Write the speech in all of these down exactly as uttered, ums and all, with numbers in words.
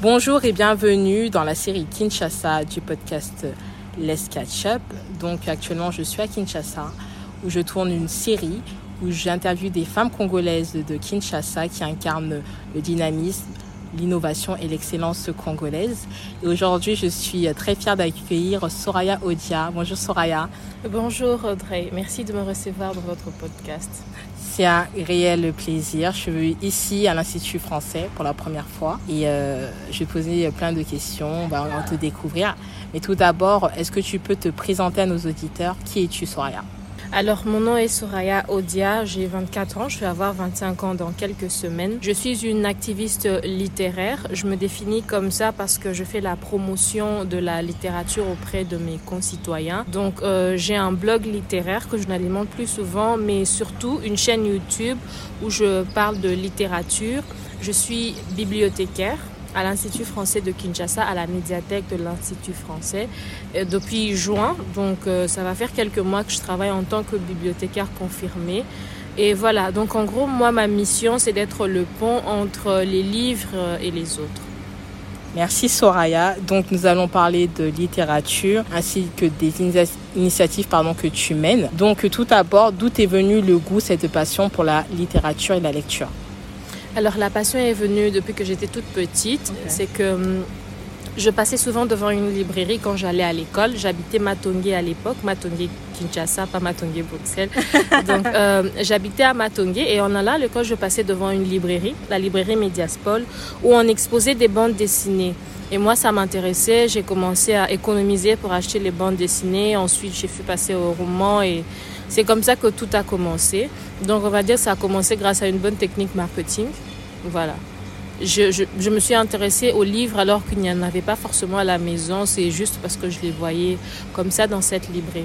Bonjour et bienvenue dans la série Kinshasa du podcast Let's Catch Up. Donc actuellement je suis à Kinshasa où je tourne une série où j'interviewe des femmes congolaises de Kinshasa qui incarnent le dynamisme, l'innovation et l'excellence congolaise. Et aujourd'hui, je suis très fière d'accueillir Soraya Odia. Bonjour Soraya. Bonjour Audrey, merci de me recevoir dans votre podcast. C'est un réel plaisir. Je suis ici à l'Institut français pour la première fois et euh, je vais poser plein de questions, on va te découvrir. Mais tout d'abord, est-ce que tu peux te présenter à nos auditeurs? Qui es-tu Soraya? Alors, mon nom est Soraya Odia, j'ai vingt-quatre ans, je vais avoir vingt-cinq ans dans quelques semaines. Je suis une activiste littéraire. Je me définis comme ça parce que je fais la promotion de la littérature auprès de mes concitoyens. Donc, euh, j'ai un blog littéraire que je n'alimente plus souvent, mais surtout une chaîne YouTube où je parle de littérature. Je suis bibliothécaire à l'Institut français de Kinshasa, à la médiathèque de l'Institut français, euh, depuis juin. Donc, euh, ça va faire quelques mois que je travaille en tant que bibliothécaire confirmée. Et voilà, donc en gros, moi, ma mission, c'est d'être le pont entre les livres et les autres. Merci Soraya. Donc, nous allons parler de littérature ainsi que des initia- initiatives pardon, que tu mènes. Donc, tout d'abord, d'où est venu le goût, cette passion pour la littérature et la lecture? Alors, la passion est venue depuis que j'étais toute petite. Okay. C'est que hum, je passais souvent devant une librairie quand j'allais à l'école. J'habitais Matongé à l'époque, Matongé Kinshasa, pas Matongé Bruxelles. Donc, euh, j'habitais à Matongé et en allant à l'école, je passais devant une librairie, la librairie Mediaspol, où on exposait des bandes dessinées. Et moi, ça m'intéressait. J'ai commencé à économiser pour acheter les bandes dessinées. Ensuite, j'ai fui passer au roman et c'est comme ça que tout a commencé. Donc, on va dire que ça a commencé grâce à une bonne technique marketing. Voilà. Je, je, je me suis intéressée aux livres alors qu'il n'y en avait pas forcément à la maison. C'est juste parce que je les voyais comme ça dans cette librairie.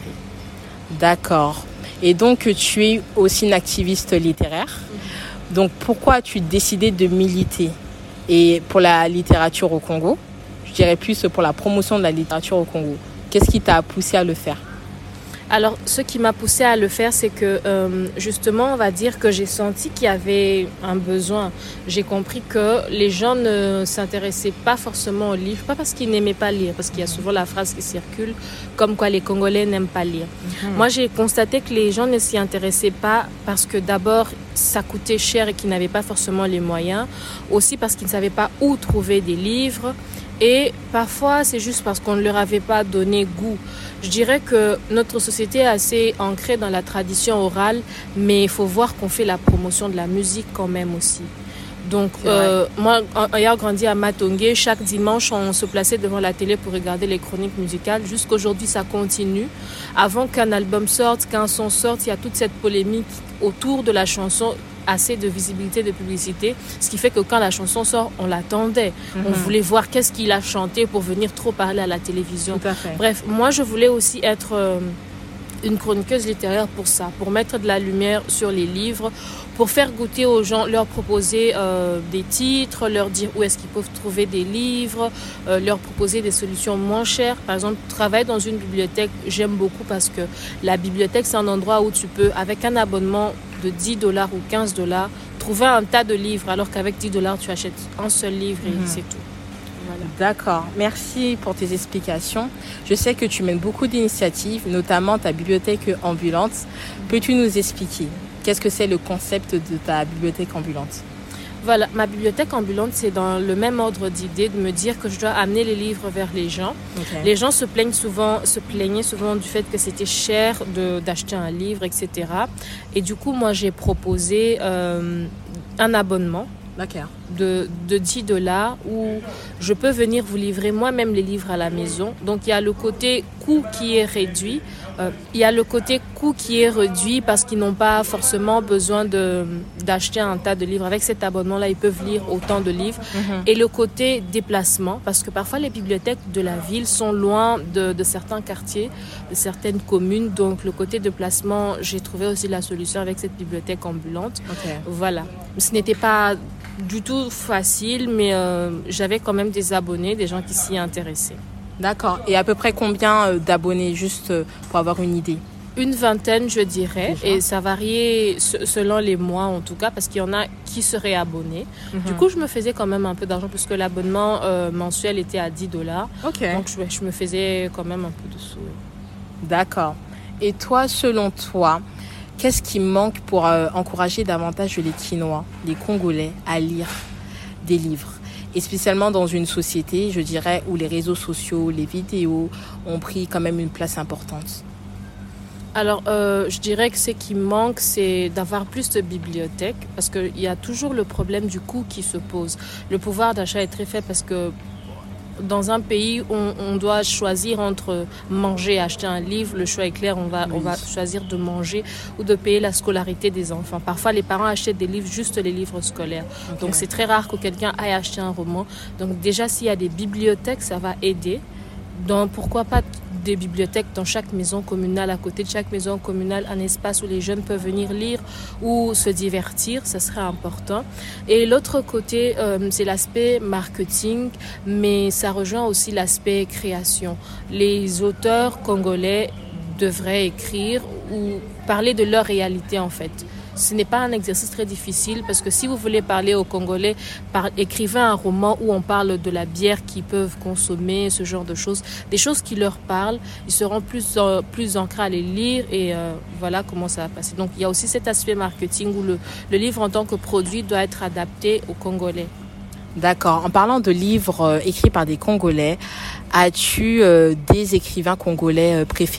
D'accord. Et donc, tu es aussi une activiste littéraire. Mm-hmm. Donc, pourquoi as-tu décidé de militer et pour la littérature au Congo? Je dirais plus pour la promotion de la littérature au Congo. Qu'est-ce qui t'a poussé à le faire? Alors, ce qui m'a poussée à le faire, c'est que euh, justement, on va dire que j'ai senti qu'il y avait un besoin. J'ai compris que les gens ne s'intéressaient pas forcément aux livres, pas parce qu'ils n'aimaient pas lire, parce qu'il y a souvent la phrase qui circule, comme quoi les Congolais n'aiment pas lire. Mmh. Moi, j'ai constaté que les gens ne s'y intéressaient pas parce que d'abord, ça coûtait cher et qu'ils n'avaient pas forcément les moyens. Aussi parce qu'ils ne savaient pas où trouver des livres. Et parfois, c'est juste parce qu'on ne leur avait pas donné goût. Je dirais que notre société est assez ancrée dans la tradition orale, mais il faut voir qu'on fait la promotion de la musique quand même aussi. Donc, euh, moi, ayant grandi à Matongé, chaque dimanche, on se plaçait devant la télé pour regarder les chroniques musicales. Jusqu'aujourd'hui, ça continue. Avant qu'un album sorte, qu'un son sorte, il y a toute cette polémique autour de la chanson, assez de visibilité, de publicité, ce qui fait que quand la chanson sort, on l'attendait. Mm-hmm. On voulait voir qu'est-ce qu'il a chanté pour venir trop parler à la télévision. Tout à fait. Bref, moi, je voulais aussi être euh, une chroniqueuse littéraire pour ça, pour mettre de la lumière sur les livres, pour faire goûter aux gens, leur proposer euh, des titres, leur dire où est-ce qu'ils peuvent trouver des livres, euh, leur proposer des solutions moins chères. Par exemple, travailler dans une bibliothèque, j'aime beaucoup parce que la bibliothèque, c'est un endroit où tu peux, avec un abonnement de dix dollars ou quinze dollars, trouver un tas de livres, alors qu'avec dix dollars, tu achètes un seul livre et mmh. c'est tout. Voilà. D'accord. Merci pour tes explications. Je sais que tu mènes beaucoup d'initiatives, notamment ta bibliothèque ambulante. Peux-tu nous expliquer qu'est-ce que c'est le concept de ta bibliothèque ambulante? Voilà, ma bibliothèque ambulante, c'est dans le même ordre d'idée de me dire que je dois amener les livres vers les gens. Okay. Les gens se plaignent souvent, se plaignaient souvent du fait que c'était cher de, d'acheter un livre, et cetera. Et du coup, moi, j'ai proposé euh, un abonnement. D'accord. De, de dix dollars où je peux venir vous livrer moi-même les livres à la maison. Donc, il y a le côté coût qui est réduit. Euh, il y a le côté coût qui est réduit parce qu'ils n'ont pas forcément besoin de, d'acheter un tas de livres. Avec cet abonnement-là, ils peuvent lire autant de livres. Mm-hmm. Et le côté déplacement, parce que parfois, les bibliothèques de la ville sont loin de, de certains quartiers, de certaines communes. Donc, le côté déplacement, j'ai trouvé aussi la solution avec cette bibliothèque ambulante. Okay. Voilà. Ce n'était pas du tout facile, mais euh, j'avais quand même des abonnés, des gens qui s'y intéressaient. D'accord. Et à peu près combien d'abonnés, juste pour avoir une idée? Une vingtaine, je dirais, Déjà. et ça variait selon les mois en tout cas, parce qu'il y en a qui seraient abonnés. Mm-hmm. Du coup, je me faisais quand même un peu d'argent, puisque l'abonnement euh, mensuel était à dix dollars. Okay. Donc, je, je me faisais quand même un peu de sous. D'accord. Et toi, selon toi, qu'est-ce qui manque pour euh, encourager davantage les Quinois, les Congolais, à lire des livres ? Et spécialement dans une société, je dirais, où les réseaux sociaux, les vidéos ont pris quand même une place importante. Alors, euh, je dirais que ce qui manque, c'est d'avoir plus de bibliothèques, parce qu'il y a toujours le problème du coût qui se pose. Le pouvoir d'achat est très faible parce que dans un pays, on, on doit choisir entre manger et acheter un livre. Le choix est clair, on va, oui. on va choisir de manger ou de payer la scolarité des enfants. Parfois, les parents achètent des livres, juste les livres scolaires. Okay. Donc, c'est très rare que quelqu'un aille acheter un roman. Donc, déjà, s'il y a des bibliothèques, ça va aider. Donc, pourquoi pas des bibliothèques dans chaque maison communale, à côté de chaque maison communale, un espace où les jeunes peuvent venir lire ou se divertir, ça serait important. Et l'autre côté, euh, c'est l'aspect marketing, mais ça rejoint aussi l'aspect création. Les auteurs congolais devraient écrire ou parler de leur réalité en fait. Ce n'est pas un exercice très difficile parce que si vous voulez parler aux Congolais, par, écrivez un roman où on parle de la bière qu'ils peuvent consommer, ce genre de choses, des choses qui leur parlent, ils seront plus, euh, plus encrés à les lire et euh, voilà comment ça va passer. Donc il y a aussi cet aspect marketing où le, le livre en tant que produit doit être adapté aux Congolais. D'accord. En parlant de livres euh, écrits par des Congolais, as-tu euh, des écrivains congolais euh, préférés ?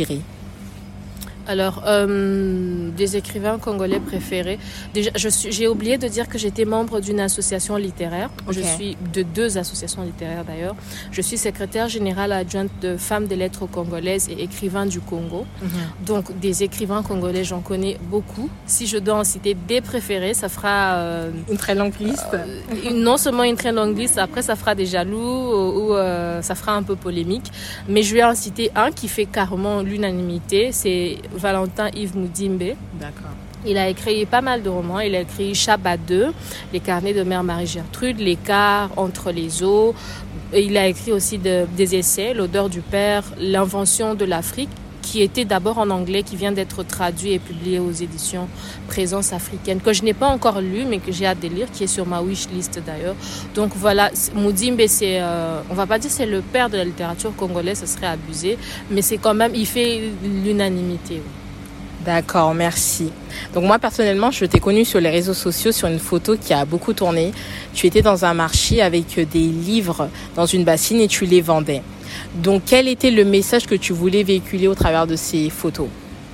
Alors, euh, des écrivains congolais préférés. Déjà, je suis, j'ai oublié de dire que j'étais membre d'une association littéraire. Okay. Je suis de deux associations littéraires d'ailleurs. Je suis secrétaire générale adjointe de Femmes des lettres congolaises et écrivains du Congo. Mm-hmm. Donc, des écrivains congolais, j'en connais beaucoup. Si je dois en citer des préférés, ça fera... Euh, une très longue liste. Euh, non seulement une très longue liste, après ça fera des jaloux ou euh, ça fera un peu polémique. Mais je vais en citer un qui fait carrément l'unanimité. C'est... Valentin Yves Moudimbe. D'accord. Il a écrit pas mal de romans. Il a écrit Chabat deux, Les carnets de Mère Marie-Gertrude, L'écart entre les eaux. Et il a écrit aussi de, des essais, L'odeur du père, L'invention de l'Afrique, qui était d'abord en anglais, qui vient d'être traduit et publié aux éditions Présence africaine, que je n'ai pas encore lu, mais que j'ai hâte de lire, qui est sur ma wish list d'ailleurs. Donc voilà, Moudimbe, c'est, euh, on va pas dire c'est le père de la littérature congolaise, ce serait abusé, mais c'est quand même, il fait l'unanimité. D'accord, merci. Donc moi personnellement, je t'ai connue sur les réseaux sociaux sur une photo qui a beaucoup tourné. Tu étais dans un marché avec des livres dans une bassine et tu les vendais. Donc quel était le message que tu voulais véhiculer au travers de ces photos ?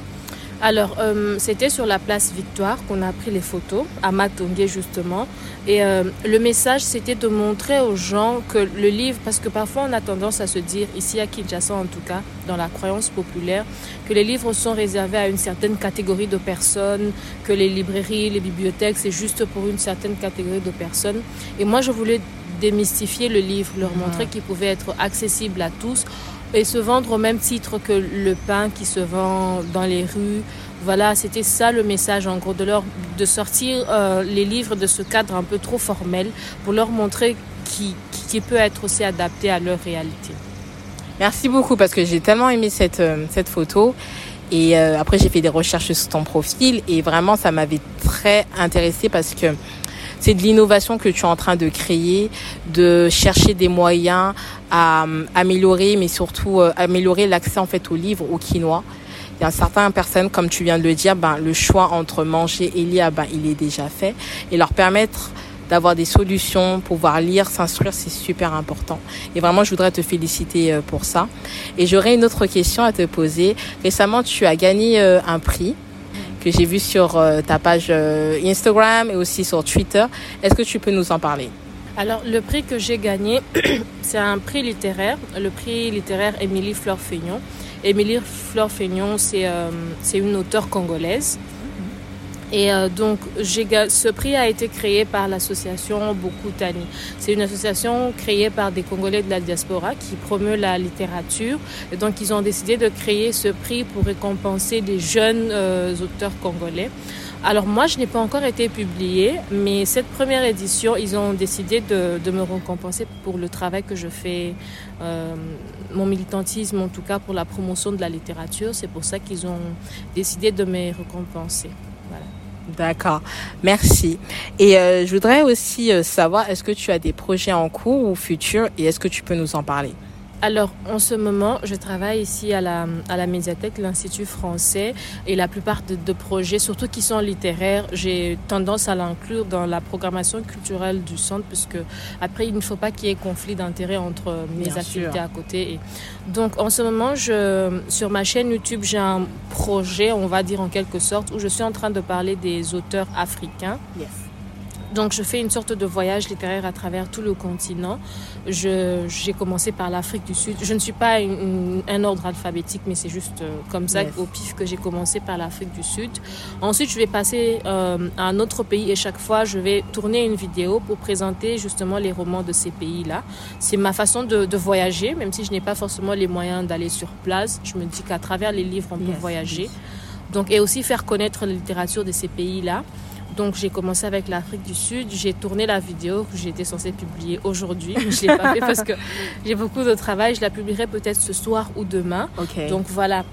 Alors, euh, c'était sur la place Victoire qu'on a pris les photos, à Matongé justement. Et euh, le message, c'était de montrer aux gens que le livre, parce que parfois on a tendance à se dire, ici à Kinshasa en tout cas, dans la croyance populaire, que les livres sont réservés à une certaine catégorie de personnes, que les librairies, les bibliothèques, c'est juste pour une certaine catégorie de personnes. Et moi, je voulais démystifier le livre, leur mmh. montrer qu'il pouvait être accessible à tous, et se vendre au même titre que le pain qui se vend dans les rues. Voilà, c'était ça le message en gros, de, leur, de sortir euh, les livres de ce cadre un peu trop formel pour leur montrer qui, qui peut être aussi adapté à leur réalité. Merci beaucoup parce que j'ai tellement aimé cette, euh, cette photo. Et euh, après, j'ai fait des recherches sur ton profil et vraiment, ça m'avait très intéressée parce que c'est de l'innovation que tu es en train de créer, de chercher des moyens à euh, améliorer, mais surtout euh, améliorer l'accès en fait aux livres, aux Quinois. Il y a certaines personnes, comme tu viens de le dire, ben, le choix entre manger et lire, ben, il est déjà fait. Et leur permettre d'avoir des solutions, pouvoir lire, s'instruire, c'est super important. Et vraiment, je voudrais te féliciter pour ça. Et j'aurais une autre question à te poser. Récemment, tu as gagné euh, un prix que j'ai vu sur euh, ta page euh, Instagram et aussi sur Twitter. Est-ce que tu peux nous en parler ? Alors, le prix que j'ai gagné, c'est un prix littéraire, le prix littéraire Émilie Fleur-Feignon. Émilie Fleur-Feignon, c'est, euh, c'est une auteure congolaise. Et euh, donc, j'ai, ce prix a été créé par l'association Bokutani. C'est une association créée par des Congolais de la diaspora qui promeut la littérature. Et donc, ils ont décidé de créer ce prix pour récompenser des jeunes euh, auteurs congolais. Alors moi, je n'ai pas encore été publiée, mais cette première édition, ils ont décidé de, de me récompenser pour le travail que je fais, euh, mon militantisme en tout cas pour la promotion de la littérature. C'est pour ça qu'ils ont décidé de me récompenser. Voilà. D'accord, merci. Et euh, je voudrais aussi euh, savoir, est-ce que tu as des projets en cours ou futurs et est-ce que tu peux nous en parler? Alors, en ce moment, je travaille ici à la, à la médiathèque, l'Institut français, et la plupart de, de projets, surtout qui sont littéraires, j'ai tendance à l'inclure dans la programmation culturelle du centre, puisque après, il ne faut pas qu'il y ait conflit d'intérêts entre mes Bien activités sûr. à côté. Et donc, en ce moment, je, sur ma chaîne YouTube, j'ai un projet, on va dire en quelque sorte, où je suis en train de parler des auteurs africains. Yes. Donc, je fais une sorte de voyage littéraire à travers tout le continent. Je, j'ai commencé par l'Afrique du Sud. Je ne suis pas une, une, un ordre alphabétique, mais c'est juste euh, comme ça, Yes. au pif, que j'ai commencé par l'Afrique du Sud. Ensuite, je vais passer euh, à un autre pays et chaque fois, je vais tourner une vidéo pour présenter justement les romans de ces pays-là. C'est ma façon de, de voyager, même si je n'ai pas forcément les moyens d'aller sur place. Je me dis qu'à travers les livres, on peut Yes. voyager. Donc, et aussi faire connaître la littérature de ces pays-là. Donc, j'ai commencé avec l'Afrique du Sud. J'ai tourné la vidéo que j'étais censée publier aujourd'hui. Mais je ne l'ai pas fait parce que j'ai beaucoup de travail. Je la publierai peut-être ce soir ou demain. Ok. Donc, voilà.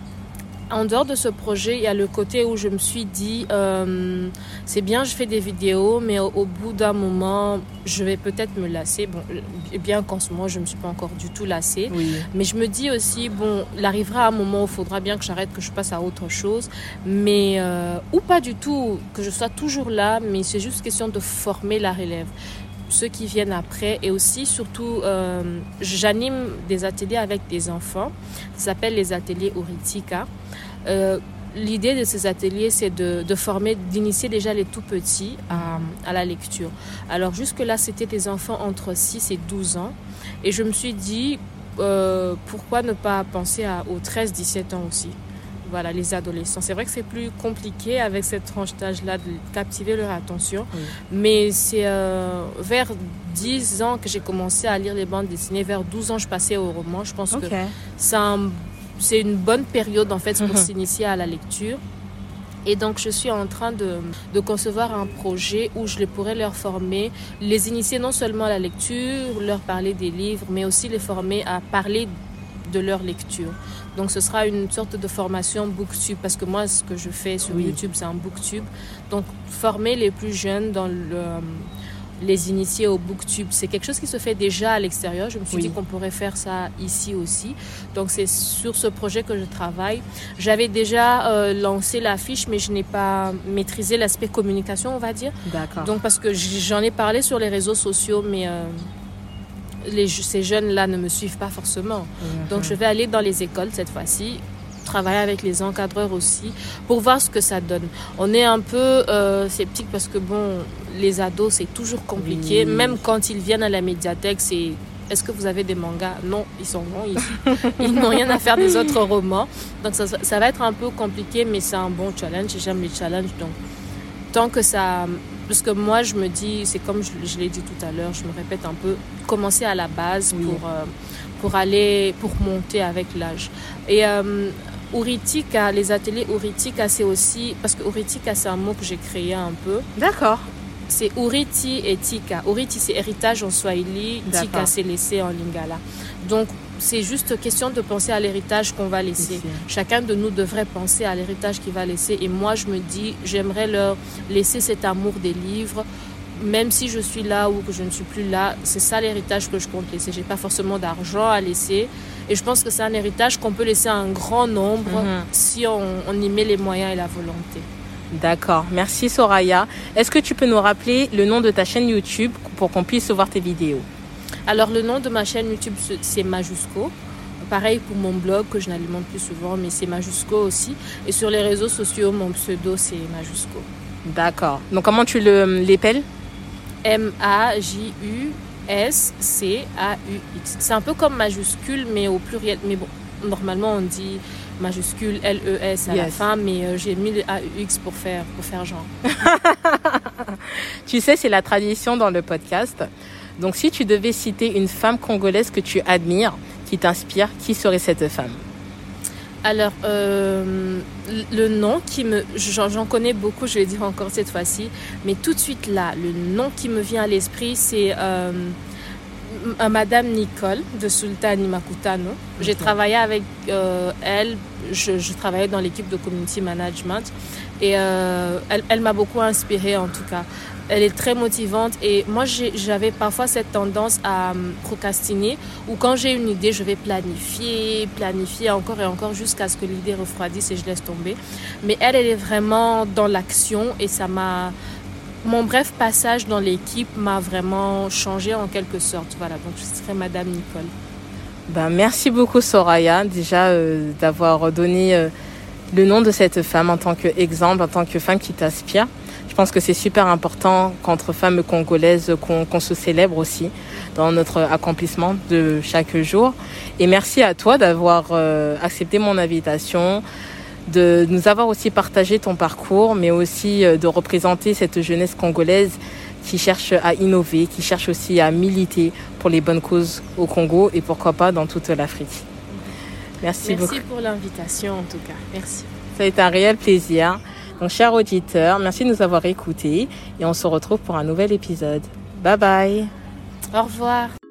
En dehors de ce projet, il y a le côté où je me suis dit, euh, c'est bien, je fais des vidéos, mais au, au bout d'un moment, je vais peut-être me lasser. Bon, bien qu'en ce moment, je ne me suis pas encore du tout lassée. Oui. Mais je me dis aussi, bon, il arrivera un moment où il faudra bien que j'arrête, que je passe à autre chose. Mais, euh, ou pas du tout, que je sois toujours là, mais c'est juste question de former la relève. Ceux qui viennent après. Et aussi, surtout, euh, j'anime des ateliers avec des enfants. Ça s'appelle les ateliers Uritika. Euh, l'idée de ces ateliers, c'est de, de former, d'initier déjà les tout petits à, à la lecture. Alors jusque-là, c'était des enfants entre six et douze ans. Et je me suis dit, euh, pourquoi ne pas penser à, aux treize dix-sept ans aussi? Voilà, les adolescents. C'est vrai que c'est plus compliqué avec cette tranche d'âge-là de captiver leur attention. Oui. Mais c'est euh, vers dix ans que j'ai commencé à lire les bandes dessinées. Vers douze ans, je passais au roman. Je pense Ok. que c'est un C'est une bonne période en fait pour Mhm. s'initier à la lecture. Et donc, je suis en train de, de concevoir un projet où je les pourrais leur former, les initier non seulement à la lecture, leur parler des livres, mais aussi les former à parler de leur lecture. Donc, ce sera une sorte de formation booktube, parce que moi, ce que je fais sur Oui. YouTube, c'est un booktube. Donc, former les plus jeunes dans le... les initier au booktube, c'est quelque chose qui se fait déjà à l'extérieur. Je me suis Oui. dit qu'on pourrait faire ça ici aussi. Donc c'est sur ce projet que je travaille. J'avais déjà euh, lancé l'affiche, mais je n'ai pas maîtrisé l'aspect communication, on va dire. D'accord. Donc parce que j'en ai parlé sur les réseaux sociaux, mais euh, les, ces jeunes-là ne me suivent pas forcément. Mhm. Donc je vais aller dans les écoles cette fois-ci, travailler avec les encadreurs aussi pour voir ce que ça donne. On est un peu euh, sceptique parce que bon, les ados c'est toujours compliqué. Oui. Même quand ils viennent à la médiathèque, c'est est-ce que vous avez des mangas? Non, ils sont bons, ils, ils n'ont rien à faire des autres romans. Donc ça, ça va être un peu compliqué, mais c'est un bon challenge. J'aime les challenges, donc tant que ça... Parce que moi, je me dis, c'est comme je, je l'ai dit tout à l'heure, je me répète un peu, commencer à la base Oui. pour, euh, pour aller, pour monter avec l'âge. Et euh, Uritika, les ateliers Uritika, c'est aussi, parce que Uritika, c'est un mot que j'ai créé un peu. D'accord. C'est Uriti et Tika. Uriti, c'est héritage en Swahili, D'accord. Tika, c'est laisser en Lingala. Donc, c'est juste question de penser à l'héritage qu'on va laisser. Ici. Chacun de nous devrait penser à l'héritage qu'il va laisser. Et moi, je me dis, j'aimerais leur laisser cet amour des livres. Même si je suis là ou que je ne suis plus là, c'est ça l'héritage que je compte laisser. Je n'ai pas forcément d'argent à laisser. Et je pense que c'est un héritage qu'on peut laisser à un grand nombre Mhm. si on, on y met les moyens et la volonté. D'accord. Merci Soraya. Est-ce que tu peux nous rappeler le nom de ta chaîne YouTube pour qu'on puisse voir tes vidéos? Alors, le nom de ma chaîne YouTube, c'est Majusco. Pareil pour mon blog que je n'alimente plus souvent, mais c'est Majusco aussi. Et sur les réseaux sociaux, mon pseudo, c'est Majusco. D'accord. Donc comment tu le l'épelles? M A J U S C A U X. C'est un peu comme majuscule, mais au pluriel. Mais bon, normalement, on dit majuscule L E S à la Yes. fin, mais euh, j'ai mis le A U X pour faire, pour faire genre. Tu sais, c'est la tradition dans le podcast. Donc si tu devais citer une femme congolaise que tu admires, qui t'inspire, qui serait cette femme? Alors, euh, le nom qui me... J'en, j'en connais beaucoup, je vais dire encore cette fois-ci. Mais tout de suite là, le nom qui me vient à l'esprit, c'est euh, Madame Nicole de Sultan Imakutano. Okay. J'ai travaillé avec euh, elle. Je, je travaillais dans l'équipe de community management. Et euh, elle, elle m'a beaucoup inspirée en tout cas. Elle est très motivante et moi j'ai, j'avais parfois cette tendance à procrastiner où quand j'ai une idée je vais planifier, planifier encore et encore jusqu'à ce que l'idée refroidisse et je laisse tomber. Mais elle, elle est vraiment dans l'action et ça m'a... Mon bref passage dans l'équipe m'a vraiment changé en quelque sorte. Voilà, donc je serai Madame Nicole. Ben, merci beaucoup Soraya déjà euh, d'avoir donné euh, le nom de cette femme en tant qu'exemple, en tant que femme qui t'inspire. Je pense que c'est super important qu'entre femmes congolaises, qu'on, qu'on se célèbre aussi dans notre accomplissement de chaque jour. Et merci à toi d'avoir euh, accepté mon invitation, de nous avoir aussi partagé ton parcours, mais aussi euh, de représenter cette jeunesse congolaise qui cherche à innover, qui cherche aussi à militer pour les bonnes causes au Congo et pourquoi pas dans toute l'Afrique. Merci, Merci beaucoup. Merci pour l'invitation en tout cas. Merci. Ça a été un réel plaisir. Donc, chers auditeurs, merci de nous avoir écoutés et on se retrouve pour un nouvel épisode. Bye bye. Au revoir.